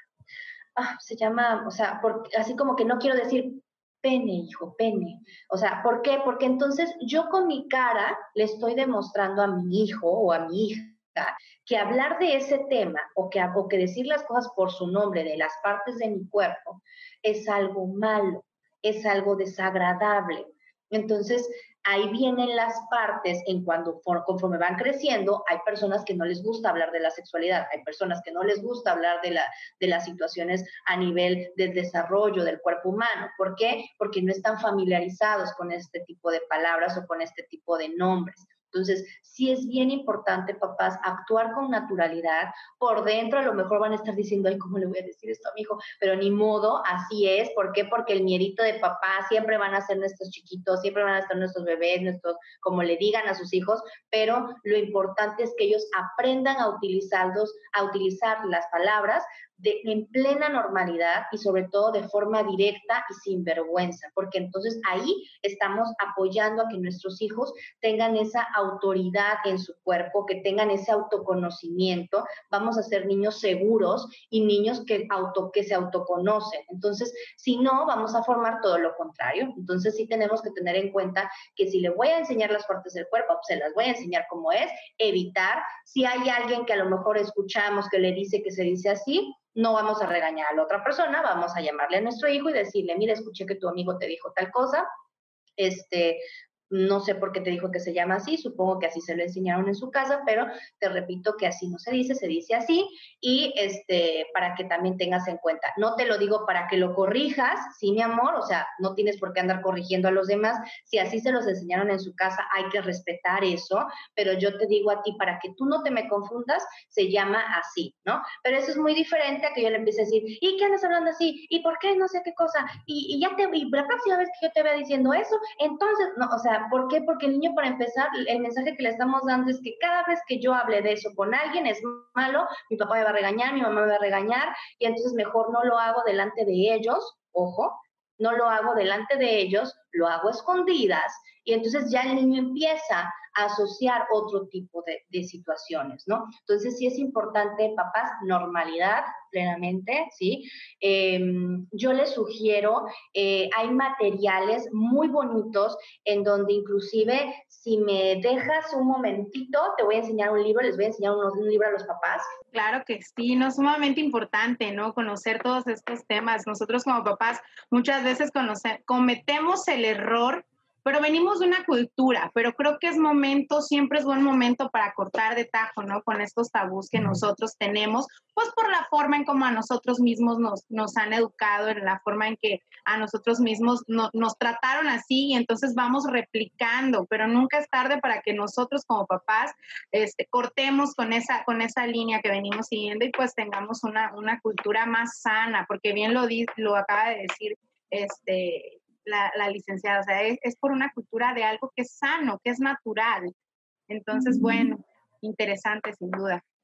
Speaker 2: ah, se llama, o sea, por, así como que no quiero decir pene, hijo, pene. O sea, ¿por qué? Porque entonces yo con mi cara le estoy demostrando a mi hijo o a mi hija que hablar de ese tema o que, o que decir las cosas por su nombre de las partes de mi cuerpo es algo malo, es algo desagradable. Entonces, ahí vienen las partes en cuando conforme van creciendo, hay personas que no les gusta hablar de la sexualidad, hay personas que no les gusta hablar de, la, de las situaciones a nivel del desarrollo del cuerpo humano. ¿Por qué? Porque no están familiarizados con este tipo de palabras o con este tipo de nombres. Entonces, sí es bien importante, papás, actuar con naturalidad. Por dentro a lo mejor van a estar diciendo, ay, ¿cómo le voy a decir esto a mi hijo? Pero ni modo, así es. ¿Por qué? Porque el miedito de papá siempre van a ser nuestros chiquitos, siempre van a estar nuestros bebés, nuestros, como le digan a sus hijos, pero lo importante es que ellos aprendan a utilizarlos, a utilizar las palabras de, en plena normalidad y sobre todo de forma directa y sin vergüenza, porque entonces ahí estamos apoyando a que nuestros hijos tengan esa autoridad en su cuerpo, que tengan ese autoconocimiento. Vamos a ser niños seguros y niños que, auto, que se autoconocen. Entonces, si no, vamos a formar todo lo contrario. Entonces, sí tenemos que tener en cuenta que si le voy a enseñar las partes del cuerpo, pues se las voy a enseñar como es, evitar. Si hay alguien que a lo mejor escuchamos que le dice que se dice así, no vamos a regañar a la otra persona, vamos a llamarle a nuestro hijo y decirle, mira, escuché que tu amigo te dijo tal cosa, este, no sé por qué te dijo que se llama así, supongo que así se lo enseñaron en su casa, pero te repito que así no se dice, se dice así, y este, para que también tengas en cuenta. No te lo digo para que lo corrijas, sí, mi amor, o sea, no tienes por qué andar corrigiendo a los demás, si así se los enseñaron en su casa, hay que respetar eso, pero yo te digo a ti, para que tú no te me confundas, se llama así, ¿no? Pero eso es muy diferente a que yo le empiece a decir, ¿y qué andas hablando así? ¿Y por qué no sé qué cosa? Y, y ya te, y la próxima vez que yo te vea diciendo eso, entonces, no, o sea, ¿por qué? Porque el niño, para empezar, el mensaje que le estamos dando es que cada vez que yo hable de eso con alguien es malo, mi papá me va a regañar, mi mamá me va a regañar, y entonces mejor no lo hago delante de ellos, ojo, no lo hago delante de ellos, lo hago a escondidas, y entonces ya el niño empieza a asociar otro tipo de, de situaciones, ¿no? Entonces sí es importante, papás, normalidad plenamente, ¿sí? Eh, yo les sugiero, eh, hay materiales muy bonitos en donde inclusive, si me dejas un momentito, te voy a enseñar un libro, les voy a enseñar un, un libro a los papás.
Speaker 1: Claro que sí, no, sumamente importante, ¿no? Conocer todos estos temas. Nosotros como papás muchas veces conoce, cometemos el error, pero venimos de una cultura, pero creo que es momento, siempre es buen momento para cortar de tajo, ¿no? Con estos tabús que nosotros tenemos, pues por la forma en como a nosotros mismos nos, nos han educado, en la forma en que a nosotros mismos no, nos trataron así y entonces vamos replicando, pero nunca es tarde para que nosotros como papás este, cortemos con esa, con esa línea que venimos siguiendo y pues tengamos una, una cultura más sana, porque bien lo, di, lo acaba de decir este, la, la licenciada, o sea, es, es por una cultura de algo que es sano, que es natural. Entonces, bueno, interesante sin duda.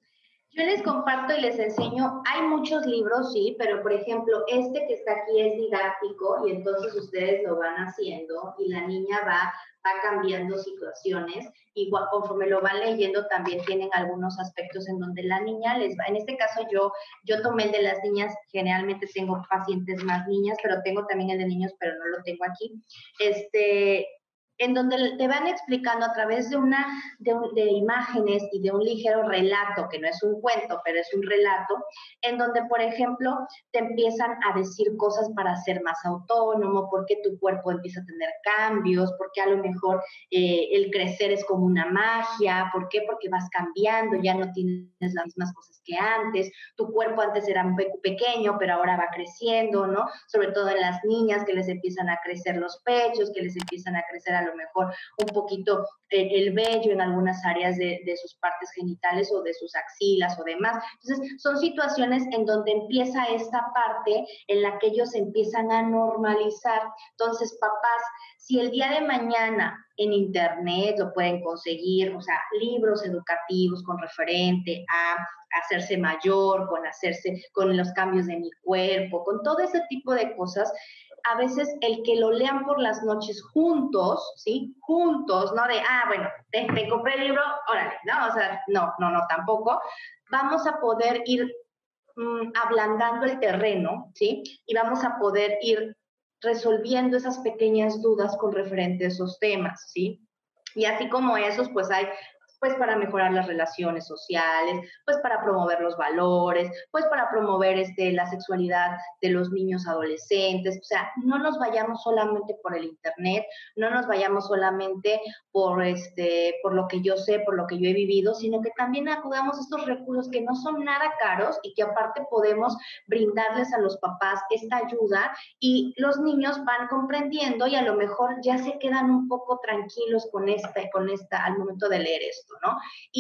Speaker 2: Yo les comparto y les enseño, hay muchos libros, sí, pero por ejemplo, este que está aquí es didáctico y entonces ustedes lo van haciendo y la niña va, va cambiando situaciones y conforme lo van leyendo también tienen algunos aspectos en donde la niña les va, en este caso yo, yo tomé el de las niñas, generalmente tengo pacientes más niñas, pero tengo también el de niños, pero no lo tengo aquí, este... en donde te van explicando a través de, una, de, un, de imágenes y de un ligero relato, que no es un cuento, pero es un relato, en donde, por ejemplo, te empiezan a decir cosas para ser más autónomo, porque tu cuerpo empieza a tener cambios, porque a lo mejor eh, el crecer es como una magia, ¿por qué? Porque vas cambiando, ya no tienes las mismas cosas que antes, tu cuerpo antes era un poco pequeño, pero ahora va creciendo, ¿no? Sobre todo en las niñas que les empiezan a crecer los pechos, que les empiezan a crecer a lo mejor un poquito el, el vello en algunas áreas de, de sus partes genitales o de sus axilas o demás. Entonces, son situaciones en donde empieza esta parte en la que ellos empiezan a normalizar. Entonces, papás, si el día de mañana en internet lo pueden conseguir, o sea, libros educativos con referente a hacerse mayor, con hacerse, con los cambios de mi cuerpo, con todo ese tipo de cosas, a veces el que lo lean por las noches juntos, ¿sí? Juntos, no de, ah, bueno, te, te compré el libro, órale, ¿no? O sea, no, no, no, tampoco. Vamos a poder ir mmm, ablandando el terreno, ¿sí? Y vamos a poder ir resolviendo esas pequeñas dudas con referente a esos temas, ¿sí? Y así como esos, pues hay pues para mejorar las relaciones sociales, pues para promover los valores, pues para promover este, la sexualidad de los niños adolescentes. O sea, no nos vayamos solamente por el internet, no nos vayamos solamente por, este, por lo que yo sé, por lo que yo he vivido, sino que también acudamos a estos recursos que no son nada caros y que aparte podemos brindarles a los papás esta ayuda y los niños van comprendiendo y a lo mejor ya se quedan un poco tranquilos con esta, con esta al momento de leer esto, ¿no?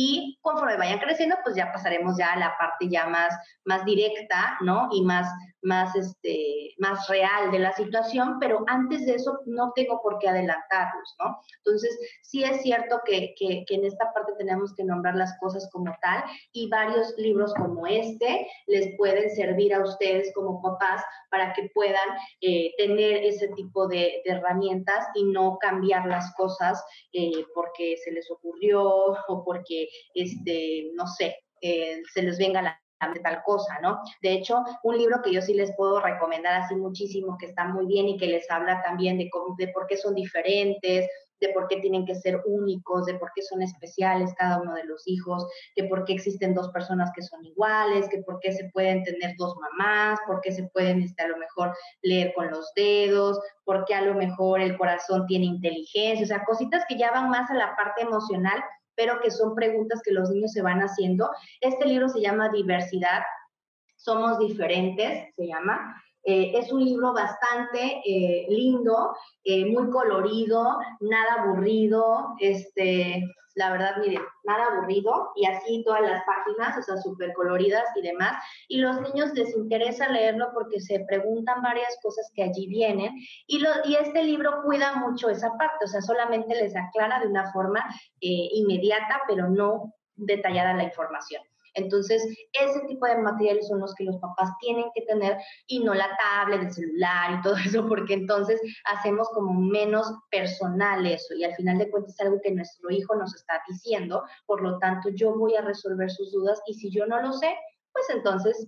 Speaker 2: Y conforme vayan creciendo, pues ya pasaremos ya a la parte ya más, más directa, ¿no? Y más, más, este, más real de la situación, pero antes de eso no tengo por qué adelantarlos, ¿no? Entonces, sí es cierto que, que, que en esta parte tenemos que nombrar las cosas como tal y varios libros como este les pueden servir a ustedes como papás para que puedan eh, tener ese tipo de, de herramientas y no cambiar las cosas eh, porque se les ocurrió o porque, este, no sé, eh, se les venga la de tal cosa, ¿no? De hecho, un libro que yo sí les puedo recomendar así muchísimo, que está muy bien y que les habla también de, cómo, de por qué son diferentes, de por qué tienen que ser únicos, de por qué son especiales cada uno de los hijos, de por qué existen dos personas que son iguales, que por qué se pueden tener dos mamás, por qué se pueden este, a lo mejor leer con los dedos, por qué a lo mejor el corazón tiene inteligencia, o sea, cositas que ya van más a la parte emocional, pero que son preguntas que los niños se van haciendo. Este libro se llama Diversidad, Somos Diferentes, se llama. Eh, es un libro bastante eh, lindo, eh, muy colorido, nada aburrido, este, la verdad, miren, nada aburrido, y así todas las páginas, o sea, súper coloridas y demás, y los niños les interesa leerlo porque se preguntan varias cosas que allí vienen, y, lo, y este libro cuida mucho esa parte, o sea, solamente les aclara de una forma eh, inmediata, pero no detallada la información. Entonces, ese tipo de materiales son los que los papás tienen que tener y no la tablet, el celular y todo eso, porque entonces hacemos como menos personal eso y al final de cuentas es algo que nuestro hijo nos está diciendo, por lo tanto yo voy a resolver sus dudas y si yo no lo sé, pues entonces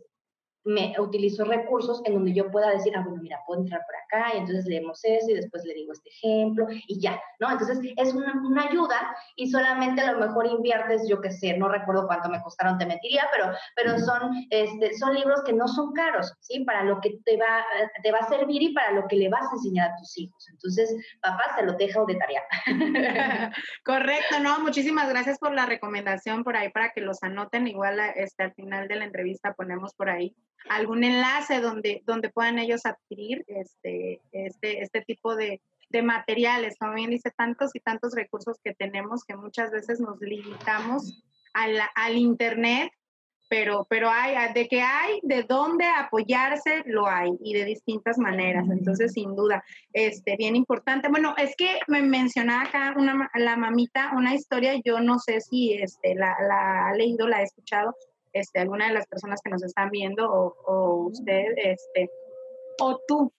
Speaker 2: me utilizo recursos en donde yo pueda decir, ah, bueno, mira, puedo entrar por acá y entonces leemos eso y después le digo este ejemplo y ya, ¿no? Entonces es una, una ayuda y solamente a lo mejor inviertes, yo qué sé, no recuerdo cuánto me costaron, te mentiría, pero, pero son, este, son libros que no son caros, ¿sí? Para lo que te va, te va a servir y para lo que le vas a enseñar a tus hijos. Entonces, papá, se lo dejo de tarea.
Speaker 1: Correcto, no, muchísimas gracias por la recomendación por ahí para que los anoten. Igual este, al final de la entrevista ponemos por ahí algún enlace donde, donde puedan ellos adquirir este, este, este tipo de, de materiales. Como bien dice, tantos y tantos recursos que tenemos que muchas veces nos limitamos al, al internet, pero, pero hay, de que hay, de dónde apoyarse, lo hay, y de distintas maneras. Entonces, sin duda, este, bien importante. Bueno, es que me mencionaba acá una, la mamita una historia, yo no sé si este, la, la ha leído, la ha escuchado, este, alguna de las personas que nos están viendo o, o usted, este, o tú.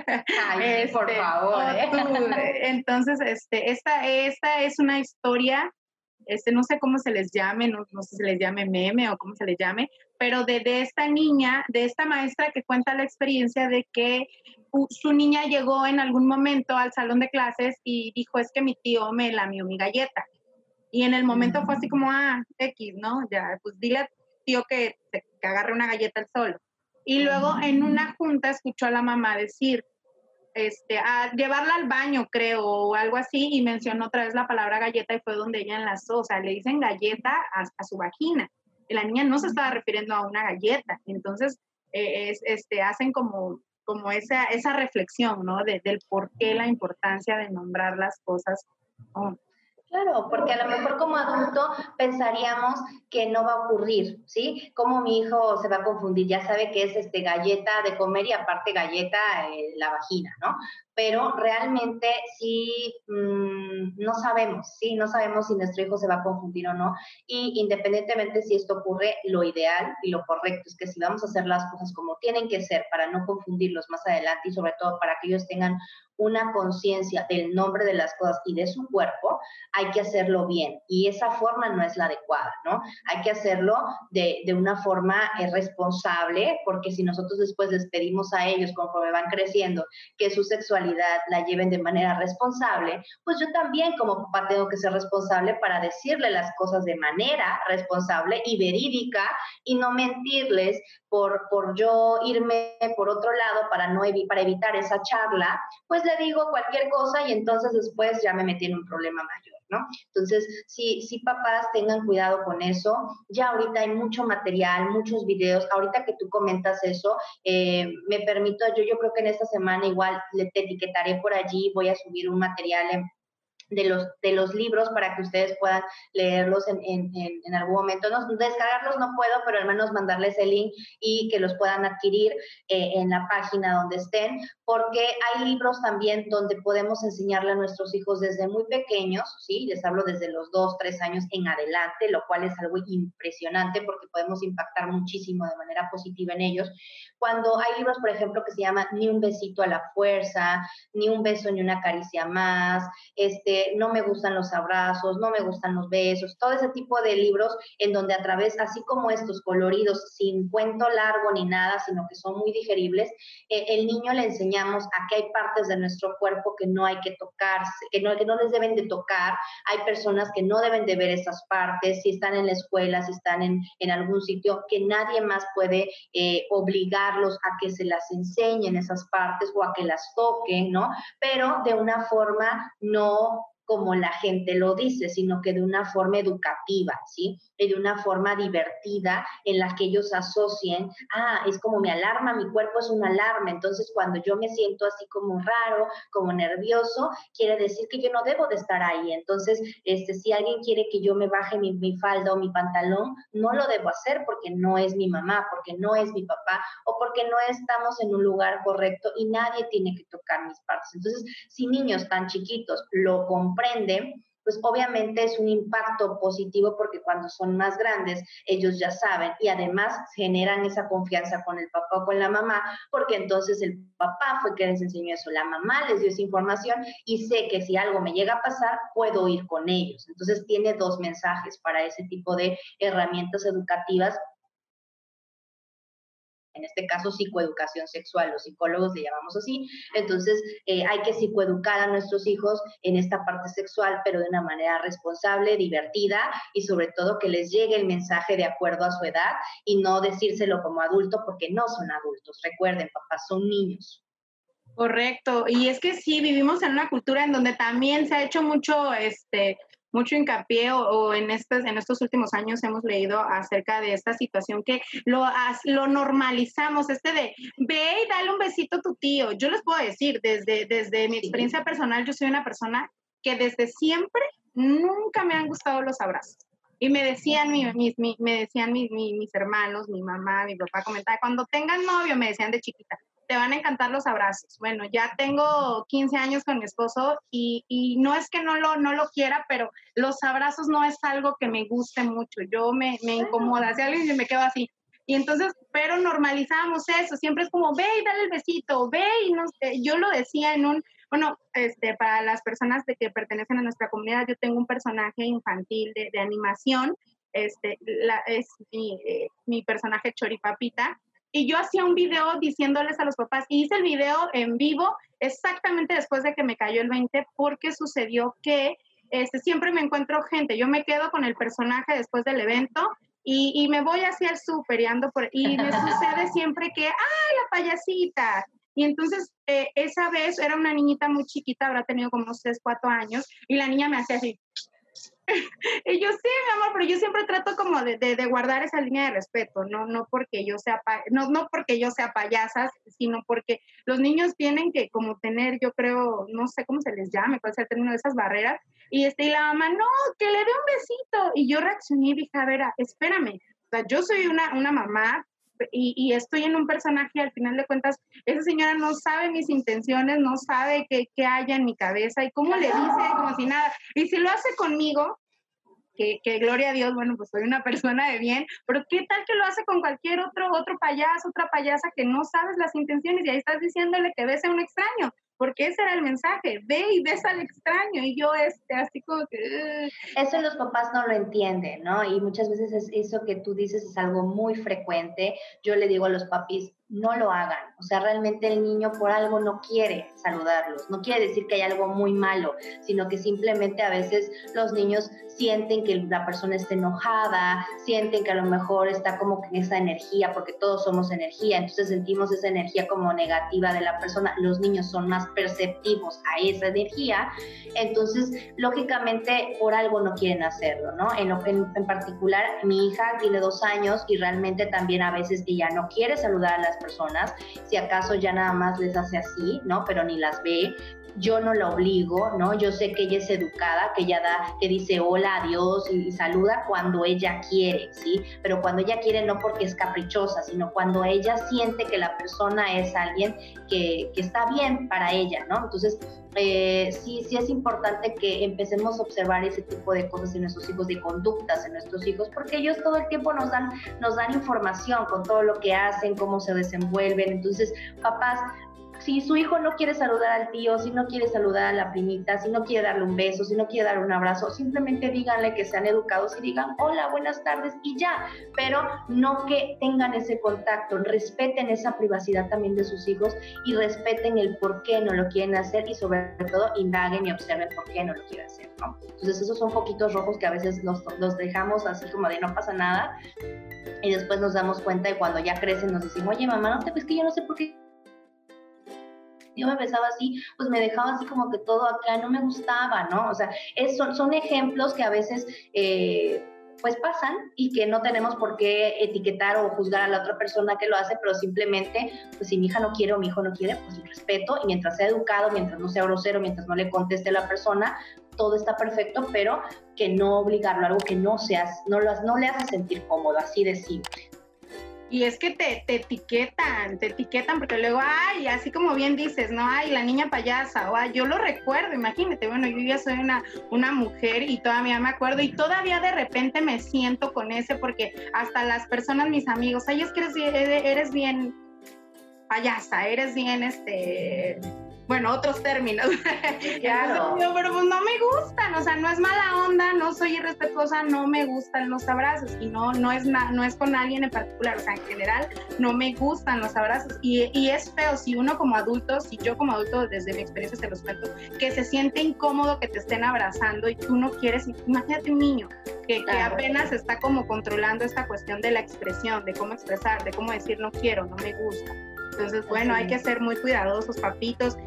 Speaker 2: Ay, sí,
Speaker 1: este,
Speaker 2: por favor, ¿eh?
Speaker 1: tú. Entonces, este, esta, esta es una historia, este, no sé cómo se les llame, no, no sé si se les llame meme o cómo se les llame, pero de, de esta niña, de esta maestra que cuenta la experiencia de que uh, su niña llegó en algún momento al salón de clases y dijo, es que mi tío me lamió mi galleta. Y en el momento fue así como, ah, X, ¿no? Ya, pues dile a tío que, que agarre una galleta al solo. Y luego en una junta escuchó a la mamá decir, este, a llevarla al baño, creo, o algo así, y mencionó otra vez la palabra galleta y fue donde ella enlazó, o sea, le dicen galleta a, a su vagina. Y la niña no se estaba refiriendo a una galleta. Entonces, eh, es, este, hacen como, como esa, esa reflexión, ¿no? De, del por qué la importancia de nombrar las cosas. Oh.
Speaker 2: Claro, porque a lo mejor como adulto pensaríamos que no va a ocurrir, ¿sí? Como mi hijo se va a confundir, ya sabe que es este galleta de comer y aparte galleta eh, la vagina, ¿no? Pero realmente sí mmm, no sabemos, sí, no sabemos si nuestro hijo se va a confundir o no. Y independientemente si esto ocurre, lo ideal y lo correcto es que si vamos a hacer las cosas como tienen que ser para no confundirlos más adelante y sobre todo para que ellos tengan una conciencia del nombre de las cosas y de su cuerpo, hay que hacerlo bien y esa forma no es la adecuada, ¿no? Hay que hacerlo de, de una forma eh, responsable, porque si nosotros después les pedimos a ellos conforme van creciendo que su sexualidad la lleven de manera responsable, pues yo también como papá tengo que ser responsable para decirle las cosas de manera responsable y verídica y no mentirles por, por yo irme por otro lado para, no evi para evitar esa charla, pues le digo cualquier cosa y entonces después ya me metí en un problema mayor, ¿no? Entonces, sí, sí, papás, tengan cuidado con eso. Ya ahorita hay mucho material, muchos videos. Ahorita que tú comentas eso, eh, me permito, yo, yo creo que en esta semana igual le te etiquetaré por allí, voy a subir un material en de los, de los libros para que ustedes puedan leerlos en, en, en, en algún momento. No, descargarlos no puedo, pero al menos mandarles el link y que los puedan adquirir eh, en la página donde estén, porque hay libros también donde podemos enseñarle a nuestros hijos desde muy pequeños, ¿sí? Les hablo desde los dos, tres años en adelante, lo cual es algo impresionante porque podemos impactar muchísimo de manera positiva en ellos. Cuando hay libros, por ejemplo, que se llaman Ni un besito a la fuerza, Ni un beso ni una caricia más, este, No me gustan los abrazos, No me gustan los besos, todo ese tipo de libros en donde a través, así como estos coloridos, sin cuento largo ni nada, sino que son muy digeribles, eh, el niño le enseñamos a que hay partes de nuestro cuerpo que no hay que tocarse, que no, que no les deben de tocar, hay personas que no deben de ver esas partes, si están en la escuela, si están en, en algún sitio, que nadie más puede eh, obligarlos a que se las enseñen esas partes o a que las toquen, ¿no? Pero de una forma no como la gente lo dice, sino que de una forma educativa, ¿sí? Y de una forma divertida en la que ellos asocien, ah, es como mi alarma, mi cuerpo es una alarma, entonces cuando yo me siento así como raro, como nervioso, quiere decir que yo no debo de estar ahí, entonces, este, si alguien quiere que yo me baje mi, mi falda o mi pantalón, no lo debo hacer porque no es mi mamá, porque no es mi papá, o porque no estamos en un lugar correcto y nadie tiene que tocar mis partes. Entonces, si niños tan chiquitos lo comprenden, pues obviamente es un impacto positivo porque cuando son más grandes ellos ya saben y además generan esa confianza con el papá o con la mamá porque entonces el papá fue quien les enseñó eso, la mamá les dio esa información y sé que si algo me llega a pasar puedo ir con ellos. Entonces tiene dos mensajes para ese tipo de herramientas educativas, en este caso psicoeducación sexual, los psicólogos le llamamos así, entonces eh, hay que psicoeducar a nuestros hijos en esta parte sexual, pero de una manera responsable, divertida y sobre todo que les llegue el mensaje de acuerdo a su edad y no decírselo como adulto porque no son adultos, recuerden, papás, son niños.
Speaker 1: Correcto, y es que sí, vivimos en una cultura en donde también se ha hecho mucho, este, mucho hincapié o, o en, estos, en estos últimos años hemos leído acerca de esta situación que lo, lo normalizamos, este de ve y dale un besito a tu tío. Yo les puedo decir, desde, desde mi experiencia personal, yo soy una persona que desde siempre nunca me han gustado los abrazos. Y me decían, mi, mis, mi, me decían mis, mis, mis hermanos, mi mamá, mi papá comentaba, cuando tengan novio, me decían de chiquita, te van a encantar los abrazos. Bueno, ya tengo quince años con mi esposo y, y no es que no lo, no lo quiera, pero los abrazos no es algo que me guste mucho. Yo me, me incomoda, si alguien me quedo así. Y entonces, pero normalizamos eso, siempre es como, ve y dale el besito, ve y no sé. Yo lo decía en un, bueno, este, para las personas de que pertenecen a nuestra comunidad, yo tengo un personaje infantil de, de animación, este, la, es mi, eh, mi personaje Choripapita, y yo hacía un video diciéndoles a los papás, y hice el video en vivo exactamente después de que me cayó el veinte, porque sucedió que este, siempre me encuentro gente, yo me quedo con el personaje después del evento, y, y me voy hacia el súper y ando por, y me sucede siempre que, ¡ay, la payasita! Y entonces, eh, esa vez era una niñita muy chiquita, habrá tenido como unos tres, cuatro años, y la niña me hacía así. Y yo, sí, mi amor, pero yo siempre trato como de, de, de guardar esa línea de respeto, no, no porque yo sea, no, no porque yo sea payasa, sino porque los niños tienen que como tener, yo creo, no sé cómo se les llame, cuál sea el término de esas barreras, y, este, y la mamá, no, que le dé un besito, y yo reaccioné y dije, a ver, espérame, o sea, yo soy una, una mamá, Y, y estoy en un personaje, al final de cuentas, esa señora no sabe mis intenciones, no sabe qué, qué haya en mi cabeza y cómo le dice, como si nada. Y si lo hace conmigo, que, que gloria a Dios, bueno, pues soy una persona de bien, pero qué tal que lo hace con cualquier otro, otro payaso, otra payasa que no sabes las intenciones y ahí estás diciéndole que bese a un extraño. Porque ese era el mensaje, ve y besa al extraño, y yo este, así como que... Uh.
Speaker 2: Eso los papás no lo entienden, ¿no? Y muchas veces es, eso que tú dices es algo muy frecuente. Yo le digo a los papis, no lo hagan. O sea, realmente el niño por algo no quiere saludarlos. No quiere decir que hay algo muy malo, sino que simplemente a veces los niños sienten que la persona está enojada, sienten que a lo mejor está como que en esa energía, porque todos somos energía, entonces sentimos esa energía como negativa de la persona. Los niños son más perceptivos a esa energía, entonces lógicamente por algo no quieren hacerlo, ¿no? En, en, en particular, mi hija tiene dos años y realmente también a veces ella no quiere saludar a las personas, si acaso ya nada más les hace así, ¿no? Pero ni las ve. Yo no la obligo, ¿no? Yo sé que ella es educada, que ella da, que dice hola, adiós y, y saluda cuando ella quiere, ¿sí? Pero cuando ella quiere no porque es caprichosa, sino cuando ella siente que la persona es alguien que, que está bien para ella, ¿no? Entonces, eh, sí, sí es importante que empecemos a observar ese tipo de cosas en nuestros hijos, de conductas en nuestros hijos, porque ellos todo el tiempo nos dan, nos dan información con todo lo que hacen, cómo se desenvuelven. Entonces, papás, si su hijo no quiere saludar al tío, si no quiere saludar a la primita, si no quiere darle un beso, si no quiere darle un abrazo, simplemente díganle que sean educados y digan hola, buenas tardes y ya, pero no que tengan ese contacto, respeten esa privacidad también de sus hijos y respeten el por qué no lo quieren hacer y sobre todo indaguen y observen por qué no lo quieren hacer, ¿no? Entonces esos son poquitos rojos que a veces los, los dejamos así como de no pasa nada y después nos damos cuenta y cuando ya crecen nos decimos, oye mamá, no te pues que yo no sé por qué yo me besaba así, pues me dejaba así como que todo acá, no me gustaba, ¿no? O sea, es, son, son ejemplos que a veces eh, pues pasan y que no tenemos por qué etiquetar o juzgar a la otra persona que lo hace, pero simplemente, pues si mi hija no quiere o mi hijo no quiere, pues respeto y mientras sea educado, mientras no sea grosero, mientras no le conteste a la persona, todo está perfecto, pero que no obligarlo a algo que no, seas, no, lo, no le hace sentir cómodo, así de simple.
Speaker 1: Y es que te, te etiquetan, te etiquetan porque luego, ay, así como bien dices, ¿no? Ay, la niña payasa, o ay, yo lo recuerdo, imagínate, bueno, yo ya soy una, una mujer y todavía me acuerdo y todavía de repente me siento con ese porque hasta las personas, mis amigos, ay, es que eres, eres bien payasa, eres bien, este... bueno, otros términos.
Speaker 2: Claro.
Speaker 1: Entonces, pero pues no me gustan, o sea, no es mala onda, no soy irrespetuosa, no me gustan los abrazos y no, no, es, na, no es con alguien en particular, o sea, en general no me gustan los abrazos y, y es feo si uno como adulto, si yo como adulto desde mi experiencia se los cuento, que se siente incómodo que te estén abrazando y tú no quieres, imagínate un niño que, que claro. apenas está como controlando esta cuestión de la expresión, de cómo expresar, de cómo decir no quiero, no me gusta. Entonces, bueno, hay que ser muy cuidadosos, papitos.